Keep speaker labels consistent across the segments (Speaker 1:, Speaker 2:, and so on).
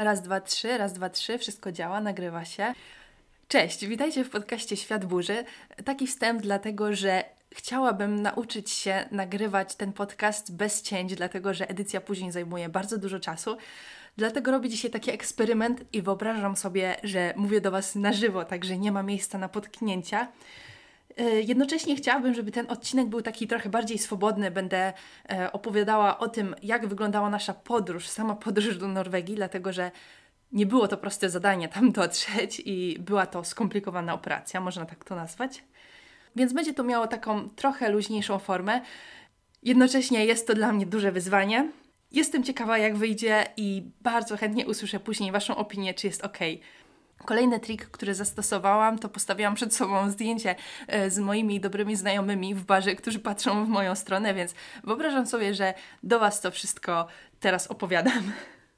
Speaker 1: Raz, dwa, trzy, raz, dwa, trzy, wszystko działa, nagrywa się. Cześć, witajcie w podcaście Świat Burzy. Taki wstęp dlatego, że chciałabym nauczyć się nagrywać ten podcast bez cięć, dlatego że edycja później zajmuje bardzo dużo czasu. Dlatego robię dzisiaj taki eksperyment i wyobrażam sobie, że mówię do Was na żywo, także nie ma miejsca na potknięcia. Jednocześnie chciałabym, żeby ten odcinek był taki trochę bardziej swobodny. Będę opowiadała o tym, jak wyglądała nasza podróż, sama podróż do Norwegii, dlatego że nie było to proste zadanie tam dotrzeć i była to skomplikowana operacja, można tak to nazwać. Więc będzie to miało taką trochę luźniejszą formę. Jednocześnie jest to dla mnie duże wyzwanie. Jestem ciekawa, jak wyjdzie i bardzo chętnie usłyszę później Waszą opinię, czy jest ok. Kolejny trik, który zastosowałam, to postawiłam przed sobą zdjęcie z moimi dobrymi znajomymi w barze, którzy patrzą w moją stronę, więc wyobrażam sobie, że do Was to wszystko teraz opowiadam.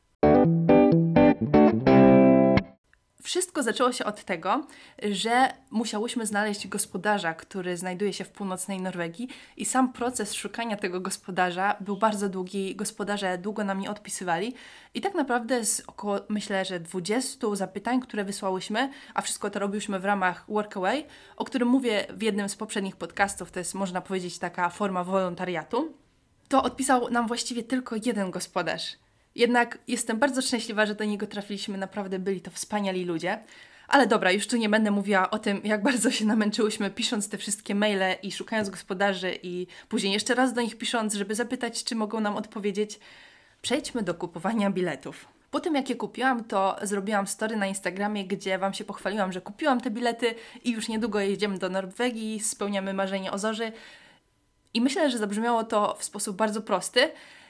Speaker 1: Wszystko zaczęło się od tego, że musiałyśmy znaleźć gospodarza, który znajduje się w północnej Norwegii i sam proces szukania tego gospodarza był bardzo długi, gospodarze długo nam nie odpisywali i tak naprawdę z około, myślę, że 20 zapytań, które wysłałyśmy, a wszystko to robiłyśmy w ramach Workaway, o którym mówię w jednym z poprzednich podcastów, to jest, można powiedzieć, taka forma wolontariatu, to odpisał nam właściwie tylko jeden gospodarz. Jednak jestem bardzo szczęśliwa, że do niego trafiliśmy, naprawdę byli to wspaniali ludzie. Ale dobra, już tu nie będę mówiła o tym, jak bardzo się namęczyłyśmy pisząc te wszystkie maile i szukając gospodarzy i później jeszcze raz do nich pisząc, żeby zapytać, czy mogą nam odpowiedzieć. Przejdźmy do kupowania biletów. Po tym, jak je kupiłam, to zrobiłam story na Instagramie, gdzie Wam się pochwaliłam, że kupiłam te bilety i już niedługo jedziemy do Norwegii, spełniamy marzenie o zorzy. I myślę, że zabrzmiało to w sposób bardzo prosty,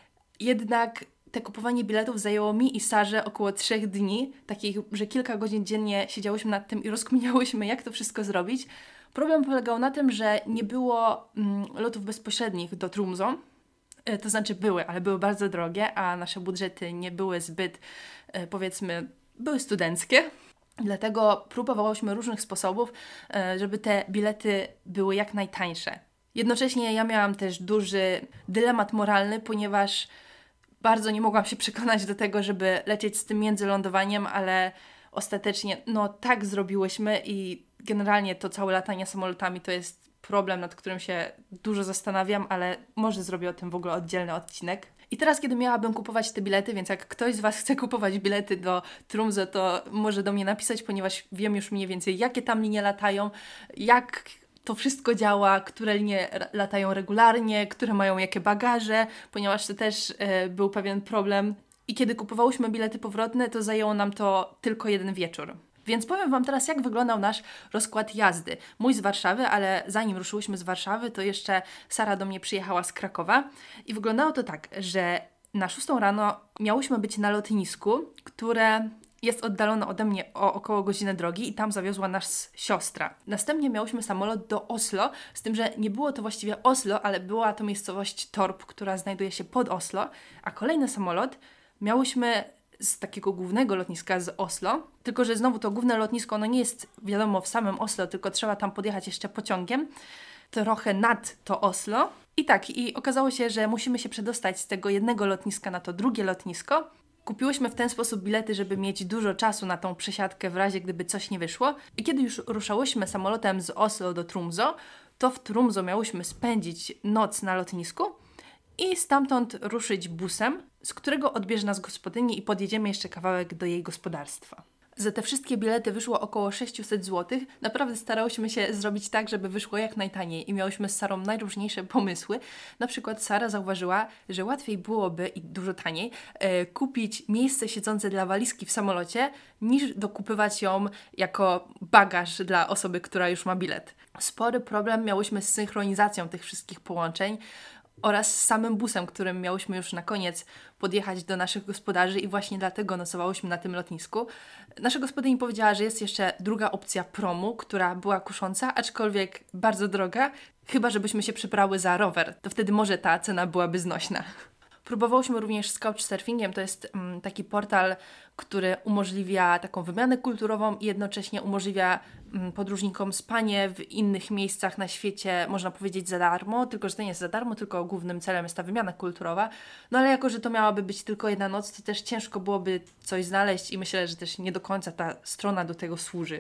Speaker 1: jednak te kupowanie biletów zajęło mi i Sarze około 3 dni, takich, że kilka godzin dziennie siedziałyśmy nad tym i rozkminiałyśmy, jak to wszystko zrobić. Problem polegał na tym, że nie było lotów bezpośrednich do Tromsø, to znaczy były, ale były bardzo drogie, a nasze budżety nie były zbyt, powiedzmy, były studenckie. Dlatego próbowałyśmy różnych sposobów, żeby te bilety były jak najtańsze. Jednocześnie ja miałam też duży dylemat moralny, ponieważ bardzo nie mogłam się przekonać do tego, żeby lecieć z tym międzylądowaniem, ale ostatecznie tak zrobiłyśmy i generalnie to całe latanie samolotami to jest problem, nad którym się dużo zastanawiam, ale może zrobię o tym w ogóle oddzielny odcinek. I teraz, kiedy miałabym kupować te bilety, więc jak ktoś z Was chce kupować bilety do Tromsø, to może do mnie napisać, ponieważ wiem już mniej więcej, jakie tam linie latają, jak to wszystko działa, które linie latają regularnie, które mają jakie bagaże, ponieważ to też był pewien problem. I kiedy kupowałyśmy bilety powrotne, to zajęło nam to tylko jeden wieczór. Więc powiem Wam teraz, jak wyglądał nasz rozkład jazdy. Mój z Warszawy, ale zanim ruszyłyśmy z Warszawy, to jeszcze Sara do mnie przyjechała z Krakowa. I wyglądało to tak, że na 6 rano miałyśmy być na lotnisku, które jest oddalona ode mnie o około godzinę drogi i tam zawiozła nas siostra. Następnie miałyśmy samolot do Oslo, z tym, że nie było to właściwie Oslo, ale była to miejscowość Torp, która znajduje się pod Oslo, a kolejny samolot miałyśmy z takiego głównego lotniska z Oslo, tylko że znowu to główne lotnisko, ono nie jest wiadomo w samym Oslo, tylko trzeba tam podjechać jeszcze pociągiem, trochę nad to Oslo. I okazało się, że musimy się przedostać z tego jednego lotniska na to drugie lotnisko. Kupiłyśmy w ten sposób bilety, żeby mieć dużo czasu na tą przesiadkę w razie, gdyby coś nie wyszło. I kiedy już ruszałyśmy samolotem z Oslo do Tromsø, to w Tromsø miałyśmy spędzić noc na lotnisku i stamtąd ruszyć busem, z którego odbierze nas gospodyni i podjedziemy jeszcze kawałek do jej gospodarstwa. Za te wszystkie bilety wyszło około 600 zł. Naprawdę starałyśmy się zrobić tak, żeby wyszło jak najtaniej i miałyśmy z Sarą najróżniejsze pomysły. Na przykład Sara zauważyła, że łatwiej byłoby i dużo taniej kupić miejsce siedzące dla walizki w samolocie, niż dokupywać ją jako bagaż dla osoby, która już ma bilet. Spory problem miałyśmy z synchronizacją tych wszystkich połączeń oraz z samym busem, którym miałyśmy już na koniec podjechać do naszych gospodarzy i właśnie dlatego nocowałyśmy na tym lotnisku. Nasza gospodyni powiedziała, że jest jeszcze druga opcja promu, która była kusząca, aczkolwiek bardzo droga, chyba żebyśmy się przebrały za rower, to wtedy może ta cena byłaby znośna. Próbowałyśmy również z couchsurfingiem, to jest taki portal, który umożliwia taką wymianę kulturową i jednocześnie umożliwia podróżnikom spanie w innych miejscach na świecie, można powiedzieć, za darmo, tylko że to nie jest za darmo, tylko głównym celem jest ta wymiana kulturowa. No ale jako, że to miałaby być tylko jedna noc, to też ciężko byłoby coś znaleźć i myślę, że też nie do końca ta strona do tego służy.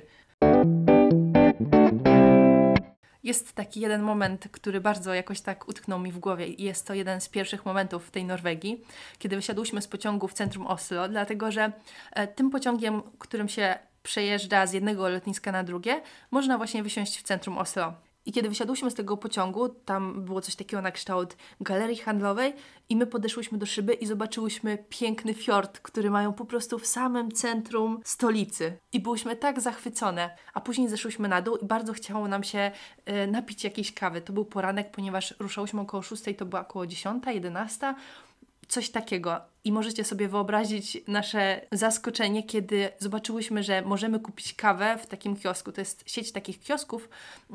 Speaker 1: Jest taki jeden moment, który bardzo jakoś tak utknął mi w głowie i jest to jeden z pierwszych momentów w tej Norwegii, kiedy wysiadłyśmy z pociągu w centrum Oslo, dlatego że tym pociągiem, którym się przejeżdża z jednego lotniska na drugie, można właśnie wysiąść w centrum Oslo. I kiedy wysiadłyśmy z tego pociągu, tam było coś takiego na kształt galerii handlowej i my podeszłyśmy do szyby i zobaczyłyśmy piękny fiord, który mają po prostu w samym centrum stolicy. I byłyśmy tak zachwycone. A później zeszłyśmy na dół i bardzo chciało nam się napić jakiejś kawy. To był poranek, ponieważ ruszałyśmy około 6, to była około 10, 11. Coś takiego. I możecie sobie wyobrazić nasze zaskoczenie, kiedy zobaczyłyśmy, że możemy kupić kawę w takim kiosku. To jest sieć takich kiosków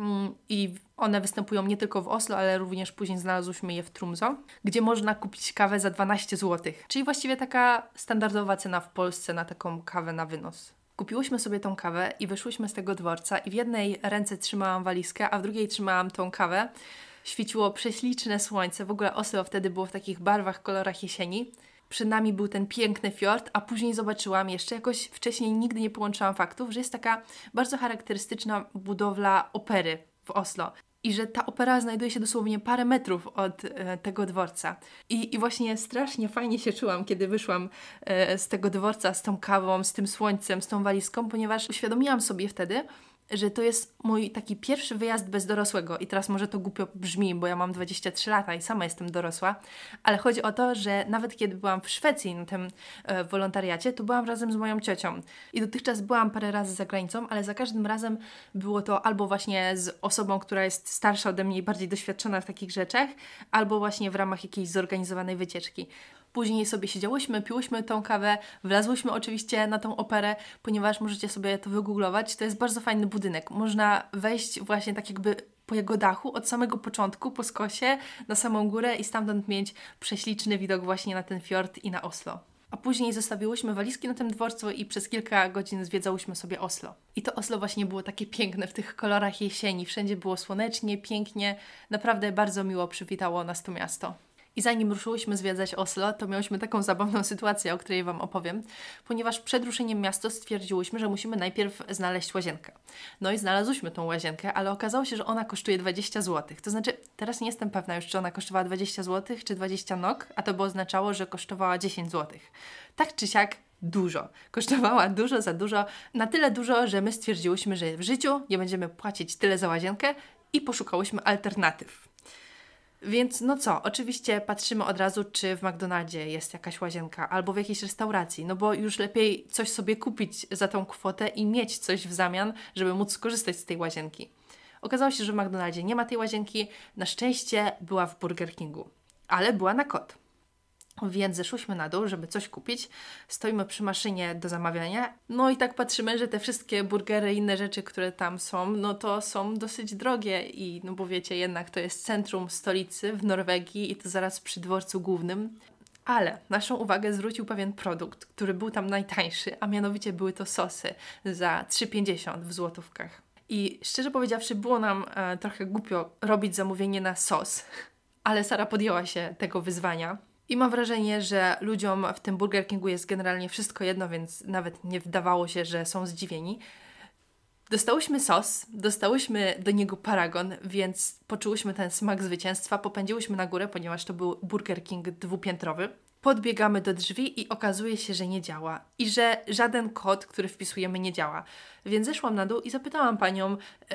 Speaker 1: i one występują nie tylko w Oslo, ale również później znalazłyśmy je w Tromsø, gdzie można kupić kawę za 12 zł. Czyli właściwie taka standardowa cena w Polsce na taką kawę na wynos. Kupiłyśmy sobie tą kawę i wyszłyśmy z tego dworca i w jednej ręce trzymałam walizkę, a w drugiej trzymałam tą kawę. Świeciło prześliczne słońce, w ogóle Oslo wtedy było w takich barwach, kolorach jesieni. Przed nami był ten piękny fiord, a później zobaczyłam jeszcze, jakoś wcześniej nigdy nie połączyłam faktów, że jest taka bardzo charakterystyczna budowla opery w Oslo. I że ta opera znajduje się dosłownie parę metrów od tego dworca. I właśnie strasznie fajnie się czułam, kiedy wyszłam z tego dworca z tą kawą, z tym słońcem, z tą walizką, ponieważ uświadomiłam sobie wtedy, że to jest mój taki pierwszy wyjazd bez dorosłego i teraz może to głupio brzmi, bo ja mam 23 lata i sama jestem dorosła, ale chodzi o to, że nawet kiedy byłam w Szwecji na tym wolontariacie, to byłam razem z moją ciocią i dotychczas byłam parę razy za granicą, ale za każdym razem było to albo właśnie z osobą, która jest starsza ode mnie i bardziej doświadczona w takich rzeczach, albo właśnie w ramach jakiejś zorganizowanej wycieczki. Później sobie siedziałyśmy, piłyśmy tą kawę, wlazłyśmy oczywiście na tą operę, ponieważ możecie sobie to wygooglować. To jest bardzo fajny budynek. Można wejść właśnie tak jakby po jego dachu od samego początku, po skosie, na samą górę i stamtąd mieć prześliczny widok właśnie na ten fiord i na Oslo. A później zostawiłyśmy walizki na tym dworcu i przez kilka godzin zwiedzałyśmy sobie Oslo. I to Oslo właśnie było takie piękne w tych kolorach jesieni. Wszędzie było słonecznie, pięknie. Naprawdę bardzo miło przywitało nas to miasto. I zanim ruszyłyśmy zwiedzać Oslo, to miałyśmy taką zabawną sytuację, o której Wam opowiem, ponieważ przed ruszeniem miasta stwierdziłyśmy, że musimy najpierw znaleźć łazienkę. No i znalazłyśmy tą łazienkę, ale okazało się, że ona kosztuje 20 zł. To znaczy, teraz nie jestem pewna już, czy ona kosztowała 20 zł, czy 20 NOK, a to by oznaczało, że kosztowała 10 zł. Tak czy siak dużo. Kosztowała dużo za dużo, na tyle dużo, że my stwierdziłyśmy, że w życiu nie będziemy płacić tyle za łazienkę i poszukałyśmy alternatyw. Więc no co, oczywiście patrzymy od razu, czy w McDonaldzie jest jakaś łazienka albo w jakiejś restauracji, no bo już lepiej coś sobie kupić za tą kwotę i mieć coś w zamian, żeby móc skorzystać z tej łazienki. Okazało się, że w McDonaldzie nie ma tej łazienki, na szczęście była w Burger Kingu, ale była na kod. Więc zeszłyśmy na dół, żeby coś kupić. Stoimy przy maszynie do zamawiania. No i tak patrzymy, że te wszystkie burgery i inne rzeczy, które tam są, no to są dosyć drogie. I no bo wiecie, jednak to jest centrum stolicy w Norwegii i to zaraz przy dworcu głównym. Ale naszą uwagę zwrócił pewien produkt, który był tam najtańszy, a mianowicie były to sosy za 3,50 w złotówkach. I szczerze powiedziawszy, było nam trochę głupio robić zamówienie na sos, ale Sara podjęła się tego wyzwania. I mam wrażenie, że ludziom w tym Burger Kingu jest generalnie wszystko jedno, więc nawet nie wydawało się, że są zdziwieni. Dostałyśmy sos, dostałyśmy do niego paragon, więc poczułyśmy ten smak zwycięstwa. Popędziłyśmy na górę, ponieważ to był Burger King dwupiętrowy. Podbiegamy do drzwi i okazuje się, że nie działa. I że żaden kod, który wpisujemy, nie działa. Więc zeszłam na dół i zapytałam panią,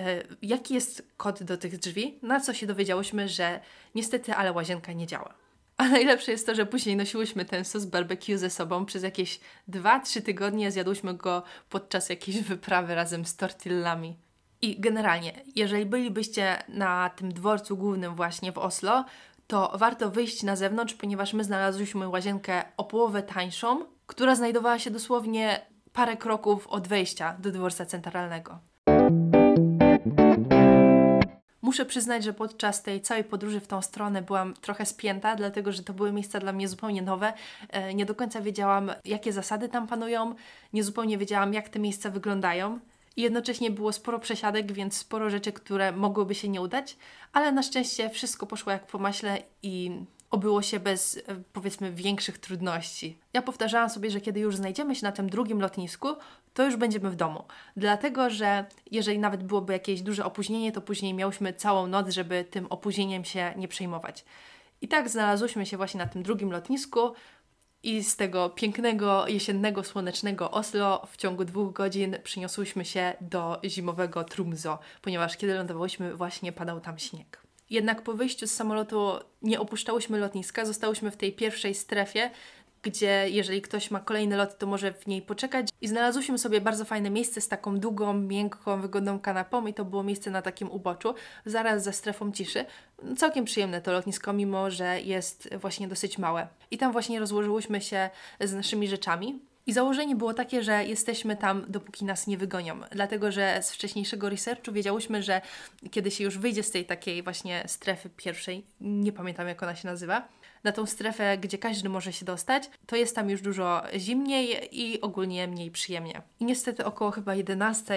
Speaker 1: jaki jest kod do tych drzwi, na co się dowiedziałyśmy, że niestety, ale łazienka nie działa. A najlepsze jest to, że później nosiłyśmy ten sos barbecue ze sobą przez jakieś 2-3 tygodnie, zjadłyśmy go podczas jakiejś wyprawy razem z tortillami. I generalnie, jeżeli bylibyście na tym dworcu głównym właśnie w Oslo, to warto wyjść na zewnątrz, ponieważ my znalazłyśmy łazienkę o połowę tańszą, która znajdowała się dosłownie parę kroków od wejścia do dworca centralnego. Muszę przyznać, że podczas tej całej podróży w tą stronę byłam trochę spięta, dlatego że to były miejsca dla mnie zupełnie nowe. Nie do końca wiedziałam, jakie zasady tam panują, nie zupełnie wiedziałam, jak te miejsca wyglądają. I jednocześnie było sporo przesiadek, więc sporo rzeczy, które mogłyby się nie udać, ale na szczęście wszystko poszło jak po maśle i obyło się bez, powiedzmy, większych trudności. Ja powtarzałam sobie, że kiedy już znajdziemy się na tym drugim lotnisku, to już będziemy w domu. Dlatego, że jeżeli nawet byłoby jakieś duże opóźnienie, to później miałyśmy całą noc, żeby tym opóźnieniem się nie przejmować. I tak znalazłyśmy się właśnie na tym drugim lotnisku i z tego pięknego, jesiennego, słonecznego Oslo w ciągu 2 godzin przyniosłyśmy się do zimowego Tromsø, ponieważ kiedy lądowałyśmy, właśnie padał tam śnieg. Jednak po wyjściu z samolotu nie opuszczałyśmy lotniska, zostałyśmy w tej pierwszej strefie, gdzie jeżeli ktoś ma kolejny lot, to może w niej poczekać. I znalazłyśmy sobie bardzo fajne miejsce z taką długą, miękką, wygodną kanapą i to było miejsce na takim uboczu, zaraz za strefą ciszy. Całkiem przyjemne to lotnisko, mimo że jest właśnie dosyć małe. I tam właśnie rozłożyłyśmy się z naszymi rzeczami. I założenie było takie, że jesteśmy tam, dopóki nas nie wygonią. Dlatego, że z wcześniejszego researchu wiedziałyśmy, że kiedy się już wyjdzie z tej takiej właśnie strefy pierwszej, nie pamiętam jak ona się nazywa, na tą strefę, gdzie każdy może się dostać, to jest tam już dużo zimniej i ogólnie mniej przyjemnie. I niestety około chyba 11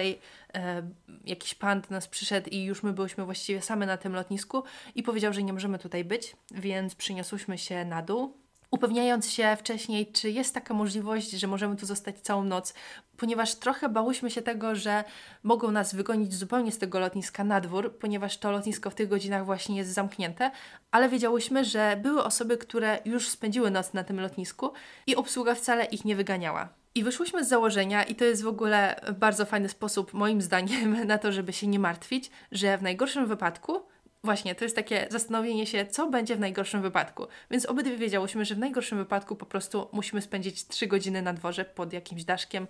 Speaker 1: jakiś pan do nas przyszedł i już my byłyśmy właściwie same na tym lotnisku i powiedział, że nie możemy tutaj być, więc przyniosłyśmy się na dół. Upewniając się wcześniej, czy jest taka możliwość, że możemy tu zostać całą noc, ponieważ trochę bałyśmy się tego, że mogą nas wygonić zupełnie z tego lotniska na dwór, ponieważ to lotnisko w tych godzinach właśnie jest zamknięte, ale wiedziałyśmy, że były osoby, które już spędziły noc na tym lotnisku i obsługa wcale ich nie wyganiała. I wyszłyśmy z założenia, i to jest w ogóle bardzo fajny sposób, moim zdaniem, na to, żeby się nie martwić, że w najgorszym wypadku właśnie, to jest takie zastanowienie się, co będzie w najgorszym wypadku. Więc obydwie wiedziałyśmy, że w najgorszym wypadku po prostu musimy spędzić 3 godziny na dworze pod jakimś daszkiem,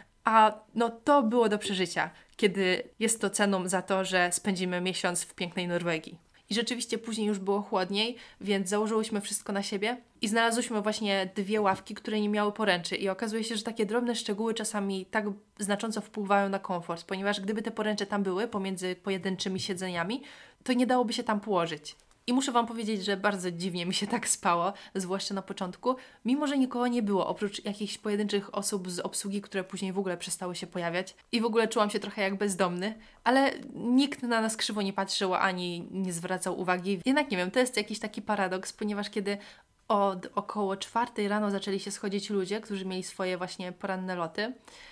Speaker 1: a no to było do przeżycia, kiedy jest to ceną za to, że spędzimy miesiąc w pięknej Norwegii. I rzeczywiście później już było chłodniej, więc założyłyśmy wszystko na siebie i znalazłyśmy właśnie 2 ławki, które nie miały poręczy i okazuje się, że takie drobne szczegóły czasami tak znacząco wpływają na komfort, ponieważ gdyby te poręcze tam były pomiędzy pojedynczymi siedzeniami, to nie dałoby się tam położyć. I muszę Wam powiedzieć, że bardzo dziwnie mi się tak spało, zwłaszcza na początku, mimo że nikogo nie było, oprócz jakichś pojedynczych osób z obsługi, które później w ogóle przestały się pojawiać. I w ogóle czułam się trochę jak bezdomny, ale nikt na nas krzywo nie patrzył, ani nie zwracał uwagi. Jednak nie wiem, to jest jakiś taki paradoks, ponieważ kiedy od około 4 rano zaczęli się schodzić ludzie, którzy mieli swoje właśnie poranne loty,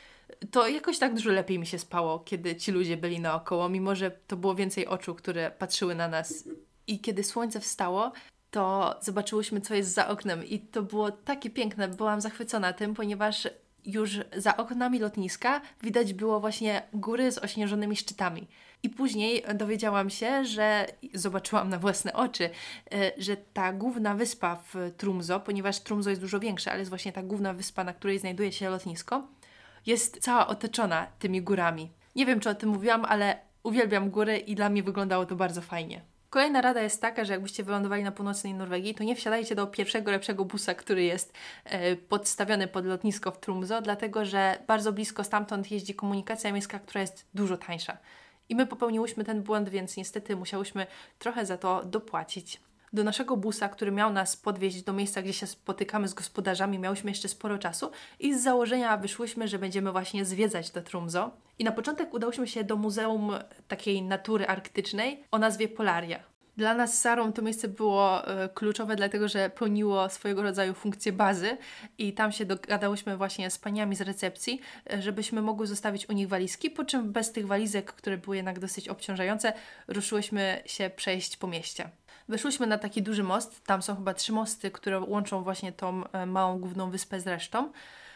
Speaker 1: to jakoś tak dużo lepiej mi się spało, kiedy ci ludzie byli naokoło, mimo że to było więcej oczu, które patrzyły na nas. I kiedy słońce wstało, to zobaczyłyśmy, co jest za oknem i to było takie piękne, byłam zachwycona tym, ponieważ już za oknami lotniska widać było właśnie góry z ośnieżonymi szczytami. I później dowiedziałam się, że zobaczyłam na własne oczy, że ta główna wyspa w Tromsø, ponieważ Tromsø jest dużo większe, ale jest właśnie ta główna wyspa, na której znajduje się lotnisko, jest cała otoczona tymi górami. Nie wiem, czy o tym mówiłam, ale uwielbiam góry i dla mnie wyglądało to bardzo fajnie. Kolejna rada jest taka, że jakbyście wylądowali na północnej Norwegii, to nie wsiadajcie do pierwszego, lepszego busa, który jest podstawiony pod lotnisko w Tromsø, dlatego że bardzo blisko stamtąd jeździ komunikacja miejska, która jest dużo tańsza. I my popełniłyśmy ten błąd, więc niestety musiałyśmy trochę za to dopłacić. Do naszego busa, który miał nas podwieźć do miejsca, gdzie się spotykamy z gospodarzami, miałyśmy jeszcze sporo czasu i z założenia wyszłyśmy, że będziemy właśnie zwiedzać to Tromsø. I na początek udałyśmy się do Muzeum takiej natury arktycznej o nazwie Polaria. Dla nas z Sarą to miejsce było kluczowe, dlatego że pełniło swojego rodzaju funkcję bazy i tam się dogadałyśmy właśnie z paniami z recepcji, żebyśmy mogły zostawić u nich walizki, po czym bez tych walizek, które były jednak dosyć obciążające, ruszyłyśmy się przejść po mieście. Weszłyśmy na taki duży most, tam są chyba 3 mosty, które łączą właśnie tą małą główną wyspę z resztą.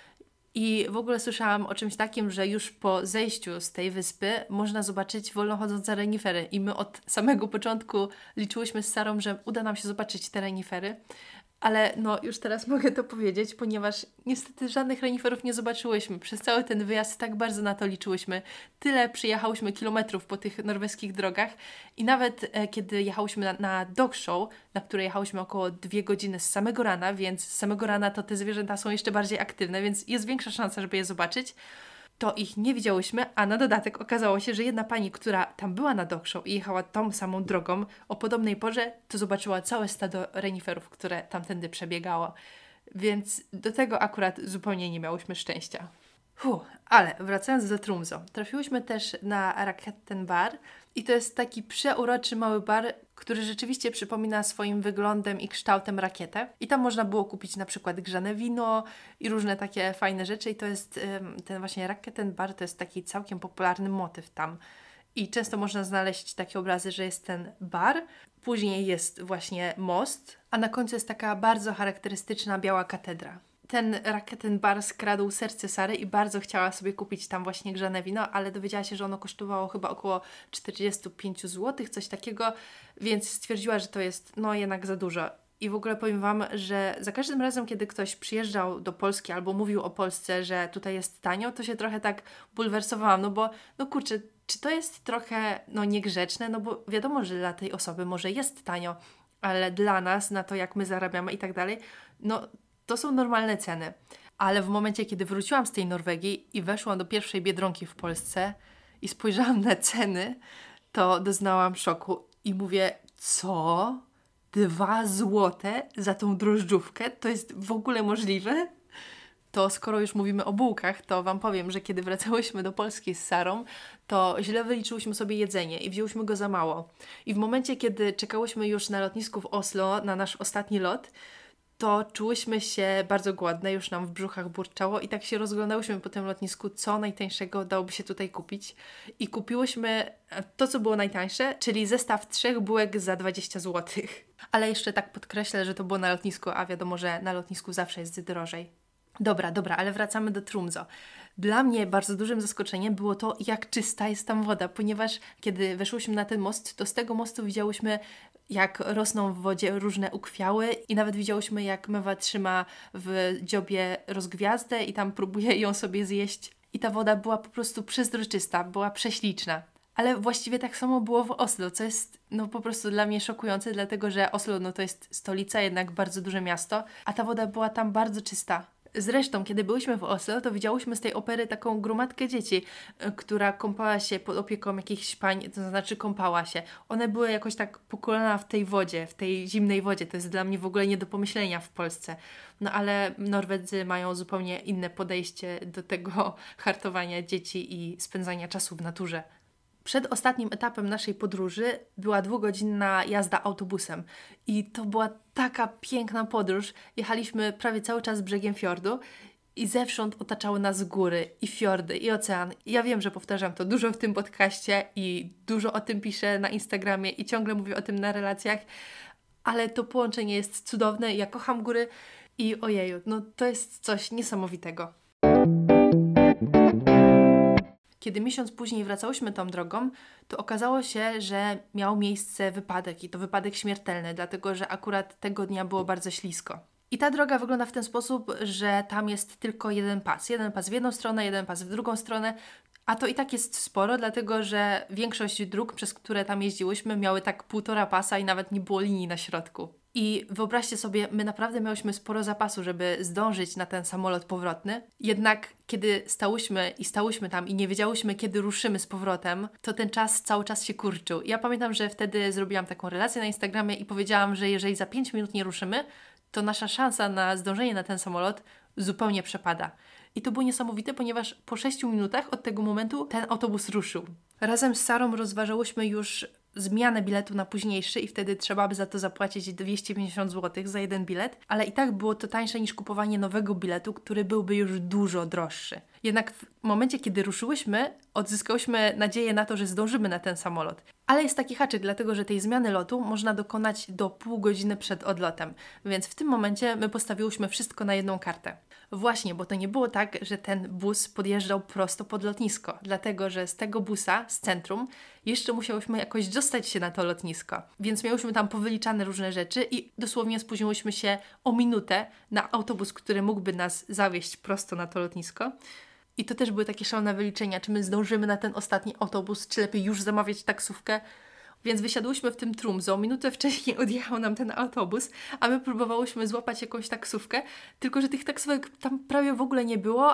Speaker 1: I w ogóle słyszałam o czymś takim, że już po zejściu z tej wyspy można zobaczyć wolno chodzące renifery. I my od samego początku liczyłyśmy z Sarą, że uda nam się zobaczyć te renifery. Ale no już teraz mogę to powiedzieć, ponieważ niestety żadnych reniferów nie zobaczyłyśmy. Przez cały ten wyjazd tak bardzo na to liczyłyśmy. Tyle przyjechałyśmy kilometrów po tych norweskich drogach i nawet kiedy jechałyśmy na dog show, na które jechałyśmy około 2 godziny z samego rana, więc z samego rana to te zwierzęta są jeszcze bardziej aktywne, więc jest większa szansa, żeby je zobaczyć. to ich nie widziałyśmy, a na dodatek okazało się, że jedna pani, która tam była na dog show i jechała tą samą drogą o podobnej porze, to zobaczyła całe stado reniferów, które tamtędy przebiegało. Więc do tego akurat zupełnie nie miałyśmy szczęścia. Ale wracając do Tromsø, trafiłyśmy też na Rakettenbar i to jest taki przeuroczy mały bar, który rzeczywiście przypomina swoim wyglądem i kształtem rakietę. I tam można było kupić na przykład grzane wino i różne takie fajne rzeczy i to jest ten właśnie Rakettenbar, to jest taki całkiem popularny motyw tam. I często można znaleźć takie obrazy, że jest ten bar, później jest właśnie most, a na końcu jest taka bardzo charakterystyczna biała katedra. Ten Rakettenbar skradł serce Sary i bardzo chciała sobie kupić tam właśnie grzane wino, ale dowiedziała się, że ono kosztowało chyba około 45 zł, coś takiego, więc stwierdziła, że to jest jednak za dużo. I w ogóle powiem Wam, że za każdym razem, kiedy ktoś przyjeżdżał do Polski albo mówił o Polsce, że tutaj jest tanio, to się trochę tak bulwersowałam, bo kurczę, czy to jest trochę niegrzeczne, bo wiadomo, że dla tej osoby może jest tanio, ale dla nas, na to jak my zarabiamy i tak dalej, to są normalne ceny. Ale w momencie, kiedy wróciłam z tej Norwegii i weszłam do pierwszej Biedronki w Polsce i spojrzałam na ceny, to doznałam szoku i mówię, co? 2 złote za tą drożdżówkę? To jest w ogóle możliwe? To skoro już mówimy o bułkach, to Wam powiem, że kiedy wracałyśmy do Polski z Sarą, to źle wyliczyłyśmy sobie jedzenie i wzięłyśmy go za mało. I w momencie, kiedy czekałyśmy już na lotnisku w Oslo na nasz ostatni lot, to czułyśmy się bardzo głodne, już nam w brzuchach burczało i tak się rozglądałyśmy po tym lotnisku, co najtańszego dałoby się tutaj kupić. I kupiłyśmy to, co było najtańsze, czyli zestaw 3 bułek za 20 zł. Ale jeszcze tak podkreślę, że to było na lotnisku, a wiadomo, że na lotnisku zawsze jest drożej. Dobra, ale wracamy do Tromsø. Dla mnie bardzo dużym zaskoczeniem było to, jak czysta jest tam woda, ponieważ kiedy weszłyśmy na ten most, to z tego mostu widziałyśmy, jak rosną w wodzie różne ukwiały i nawet widziałyśmy, jak mewa trzyma w dziobie rozgwiazdę i tam próbuje ją sobie zjeść. I ta woda była po prostu przezroczysta, była prześliczna. Ale właściwie tak samo było w Oslo, co jest po prostu dla mnie szokujące, dlatego że Oslo to jest stolica, jednak bardzo duże miasto, a ta woda była tam bardzo czysta. Zresztą, kiedy byliśmy w Oslo, to widziałyśmy z tej opery taką gromadkę dzieci, która kąpała się pod opieką jakichś pań, to znaczy kąpała się. One były jakoś tak po kolana w tej wodzie, w tej zimnej wodzie. To jest dla mnie w ogóle nie do pomyślenia w Polsce. Ale Norwedzy mają zupełnie inne podejście do tego hartowania dzieci i spędzania czasu w naturze. Przed ostatnim etapem naszej podróży była 2-godzinna jazda autobusem i to była taka piękna podróż. Jechaliśmy prawie cały czas brzegiem fiordu i zewsząd otaczały nas góry i fiordy i ocean. Ja wiem, że powtarzam to dużo w tym podcaście i dużo o tym piszę na Instagramie i ciągle mówię o tym na relacjach, ale to połączenie jest cudowne. Ja kocham góry i ojeju, to jest coś niesamowitego. Kiedy miesiąc później wracałyśmy tą drogą, to okazało się, że miał miejsce wypadek i to wypadek śmiertelny, dlatego że akurat tego dnia było bardzo ślisko. I ta droga wygląda w ten sposób, że tam jest tylko jeden pas. Jeden pas w jedną stronę, jeden pas w drugą stronę, a to i tak jest sporo, dlatego że większość dróg, przez które tam jeździłyśmy, miały tak 1,5 pasa i nawet nie było linii na środku. I wyobraźcie sobie, my naprawdę miałyśmy sporo zapasu, żeby zdążyć na ten samolot powrotny. Jednak kiedy stałyśmy tam i nie wiedziałyśmy, kiedy ruszymy z powrotem, to ten czas cały czas się kurczył. Ja pamiętam, że wtedy zrobiłam taką relację na Instagramie i powiedziałam, że jeżeli za 5 minut nie ruszymy, to nasza szansa na zdążenie na ten samolot zupełnie przepada. I to było niesamowite, ponieważ po 6 minutach od tego momentu ten autobus ruszył. Razem z Sarą rozważałyśmy już zmianę biletu na późniejszy i wtedy trzeba by za to zapłacić 250 zł za jeden bilet, ale i tak było to tańsze niż kupowanie nowego biletu, który byłby już dużo droższy. Jednak w momencie, kiedy ruszyłyśmy, odzyskałyśmy nadzieję na to, że zdążymy na ten samolot. Ale jest taki haczyk, dlatego że tej zmiany lotu można dokonać do pół godziny przed odlotem, więc w tym momencie my postawiłyśmy wszystko na jedną kartę. Właśnie, bo to nie było tak, że ten bus podjeżdżał prosto pod lotnisko, dlatego że z tego busa, z centrum, jeszcze musiałyśmy jakoś dostać się na to lotnisko. Więc miałyśmy tam powyliczane różne rzeczy i dosłownie spóźniłyśmy się o minutę na autobus, który mógłby nas zawieźć prosto na to lotnisko. I to też były takie szalone wyliczenia, czy my zdążymy na ten ostatni autobus, czy lepiej już zamawiać taksówkę. Więc wysiadłyśmy w tym Tromsø, minutę wcześniej odjechał nam ten autobus, a my próbowałyśmy złapać jakąś taksówkę, tylko że tych taksówek tam prawie w ogóle nie było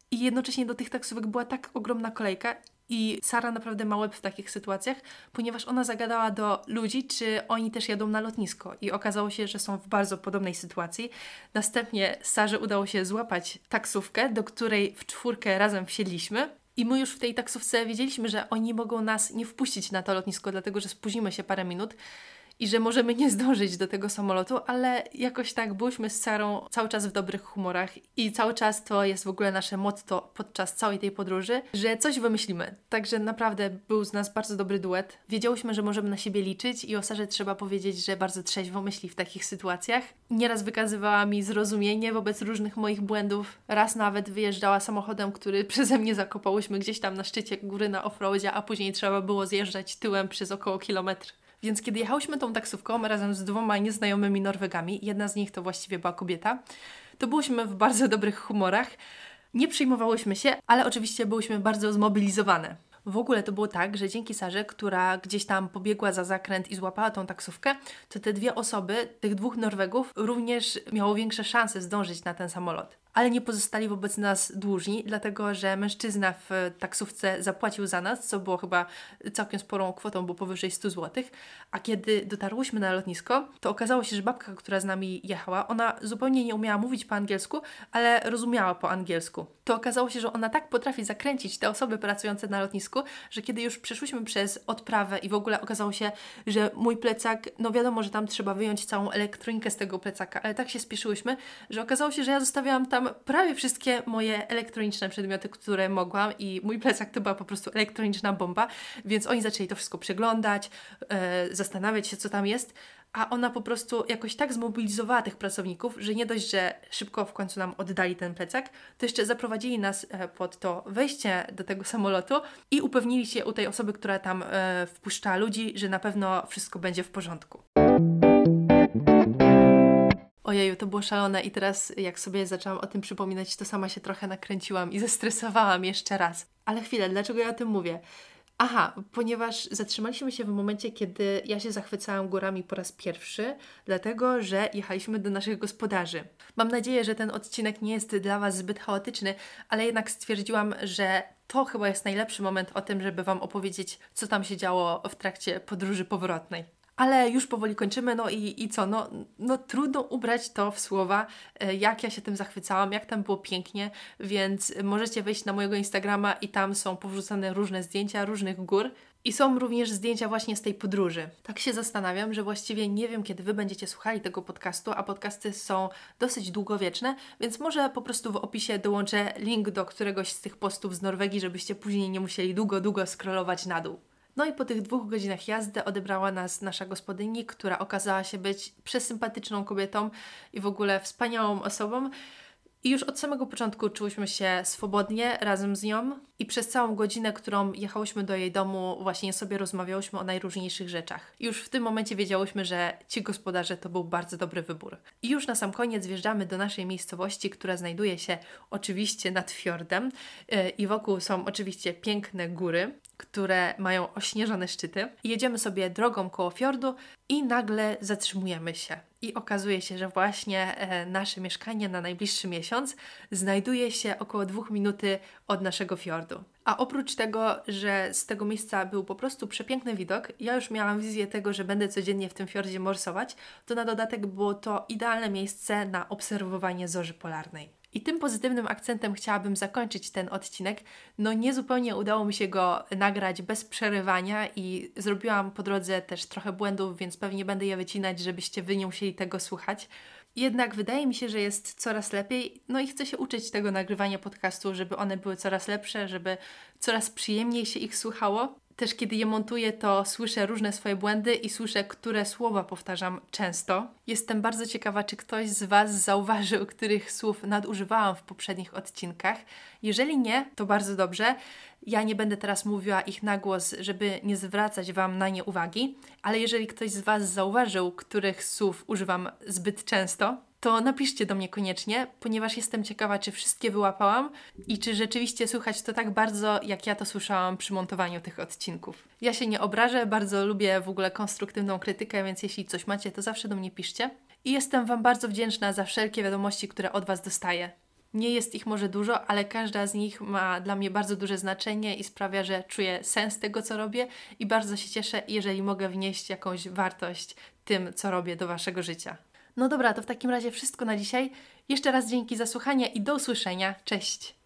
Speaker 1: I jednocześnie do tych taksówek była tak ogromna kolejka i Sara naprawdę ma łeb w takich sytuacjach, ponieważ ona zagadała do ludzi, czy oni też jadą na lotnisko i okazało się, że są w bardzo podobnej sytuacji. Następnie Sarze udało się złapać taksówkę, do której w czwórkę razem wsiedliśmy. I my już w tej taksówce wiedzieliśmy, że oni mogą nas nie wpuścić na to lotnisko, dlatego że spóźnimy się parę minut i że możemy nie zdążyć do tego samolotu, ale jakoś tak byłyśmy z Sarą cały czas w dobrych humorach i cały czas to jest w ogóle nasze motto podczas całej tej podróży, że coś wymyślimy. Także naprawdę był z nas bardzo dobry duet. Wiedziałyśmy, że możemy na siebie liczyć i o Sarze trzeba powiedzieć, że bardzo trzeźwo myśli w takich sytuacjach. Nieraz wykazywała mi zrozumienie wobec różnych moich błędów. Raz nawet wyjeżdżała samochodem, który przeze mnie zakopałyśmy gdzieś tam na szczycie góry na offroadzie, a później trzeba było zjeżdżać tyłem przez około kilometr. Więc kiedy jechałyśmy tą taksówką razem z 2 nieznajomymi Norwegami, jedna z nich to właściwie była kobieta, to byłyśmy w bardzo dobrych humorach. Nie przejmowałyśmy się, ale oczywiście byłyśmy bardzo zmobilizowane. W ogóle to było tak, że dzięki Sarze, która gdzieś tam pobiegła za zakręt i złapała tą taksówkę, to te 2 osoby, tych 2 Norwegów, również miało większe szanse zdążyć na ten samolot. Ale nie pozostali wobec nas dłużni, dlatego że mężczyzna w taksówce zapłacił za nas, co było chyba całkiem sporą kwotą, bo powyżej 100 zł. A kiedy dotarłyśmy na lotnisko, to okazało się, że babka, która z nami jechała, ona zupełnie nie umiała mówić po angielsku, ale rozumiała po angielsku. To okazało się, że ona tak potrafi zakręcić te osoby pracujące na lotnisku, że kiedy już przeszłyśmy przez odprawę i w ogóle okazało się, że mój plecak, no wiadomo, że tam trzeba wyjąć całą elektronikę z tego plecaka, ale tak się spieszyłyśmy, że okazało się, że ja zostawiałam tam prawie wszystkie moje elektroniczne przedmioty, które mogłam i mój plecak to była po prostu elektroniczna bomba, więc oni zaczęli to wszystko przeglądać, zastanawiać się, co tam jest, a ona po prostu jakoś tak zmobilizowała tych pracowników, że nie dość, że szybko w końcu nam oddali ten plecak, to jeszcze zaprowadzili nas pod to wejście do tego samolotu i upewnili się u tej osoby, która tam wpuszczała ludzi, że na pewno wszystko będzie w porządku. Ojeju, to było szalone i teraz jak sobie zaczęłam o tym przypominać, to sama się trochę nakręciłam i zestresowałam jeszcze raz. Ale chwilę, dlaczego ja o tym mówię? Aha, ponieważ zatrzymaliśmy się w momencie, kiedy ja się zachwycałam górami po raz pierwszy, dlatego że jechaliśmy do naszych gospodarzy. Mam nadzieję, że ten odcinek nie jest dla Was zbyt chaotyczny, ale jednak stwierdziłam, że to chyba jest najlepszy moment o tym, żeby Wam opowiedzieć, co tam się działo w trakcie podróży powrotnej. Ale już powoli kończymy, no i co? No trudno ubrać to w słowa, jak ja się tym zachwycałam, jak tam było pięknie, więc możecie wejść na mojego Instagrama i tam są powrzucane różne zdjęcia różnych gór i są również zdjęcia właśnie z tej podróży. Tak się zastanawiam, że właściwie nie wiem, kiedy Wy będziecie słuchali tego podcastu, a podcasty są dosyć długowieczne, więc może po prostu w opisie dołączę link do któregoś z tych postów z Norwegii, żebyście później nie musieli długo scrollować na dół. No i po tych 2 godzinach jazdy odebrała nas nasza gospodyni, która okazała się być przesympatyczną kobietą i w ogóle wspaniałą osobą. I już od samego początku czułyśmy się swobodnie razem z nią i przez całą godzinę, którą jechałyśmy do jej domu, właśnie sobie rozmawiałyśmy o najróżniejszych rzeczach. I już w tym momencie wiedziałyśmy, że ci gospodarze to był bardzo dobry wybór. I już na sam koniec wjeżdżamy do naszej miejscowości, która znajduje się oczywiście nad fiordem i wokół są oczywiście piękne góry, które mają ośnieżone szczyty. I jedziemy sobie drogą koło fiordu i nagle zatrzymujemy się. I okazuje się, że właśnie nasze mieszkanie na najbliższy miesiąc znajduje się około 2 minuty od naszego fiordu. A oprócz tego, że z tego miejsca był po prostu przepiękny widok, ja już miałam wizję tego, że będę codziennie w tym fiordzie morsować, to na dodatek było to idealne miejsce na obserwowanie zorzy polarnej. I tym pozytywnym akcentem chciałabym zakończyć ten odcinek. No niezupełnie udało mi się go nagrać bez przerywania i zrobiłam po drodze też trochę błędów, więc pewnie będę je wycinać, żebyście Wy nie musieli tego słuchać. Jednak wydaje mi się, że jest coraz lepiej, no i chcę się uczyć tego nagrywania podcastu, żeby one były coraz lepsze, żeby coraz przyjemniej się ich słuchało. Też kiedy je montuję, to słyszę różne swoje błędy i słyszę, które słowa powtarzam często. Jestem bardzo ciekawa, czy ktoś z Was zauważył, których słów nadużywałam w poprzednich odcinkach. Jeżeli nie, to bardzo dobrze. Ja nie będę teraz mówiła ich na głos, żeby nie zwracać Wam na nie uwagi, ale jeżeli ktoś z Was zauważył, których słów używam zbyt często, to napiszcie do mnie koniecznie, ponieważ jestem ciekawa, czy wszystkie wyłapałam i czy rzeczywiście słychać to tak bardzo, jak ja to słyszałam przy montowaniu tych odcinków. Ja się nie obrażę, bardzo lubię w ogóle konstruktywną krytykę, więc jeśli coś macie, to zawsze do mnie piszcie. I jestem Wam bardzo wdzięczna za wszelkie wiadomości, które od Was dostaję. Nie jest ich może dużo, ale każda z nich ma dla mnie bardzo duże znaczenie i sprawia, że czuję sens tego, co robię i bardzo się cieszę, jeżeli mogę wnieść jakąś wartość tym, co robię do Waszego życia. No dobra, to w takim razie wszystko na dzisiaj. Jeszcze raz dzięki za słuchanie i do usłyszenia. Cześć!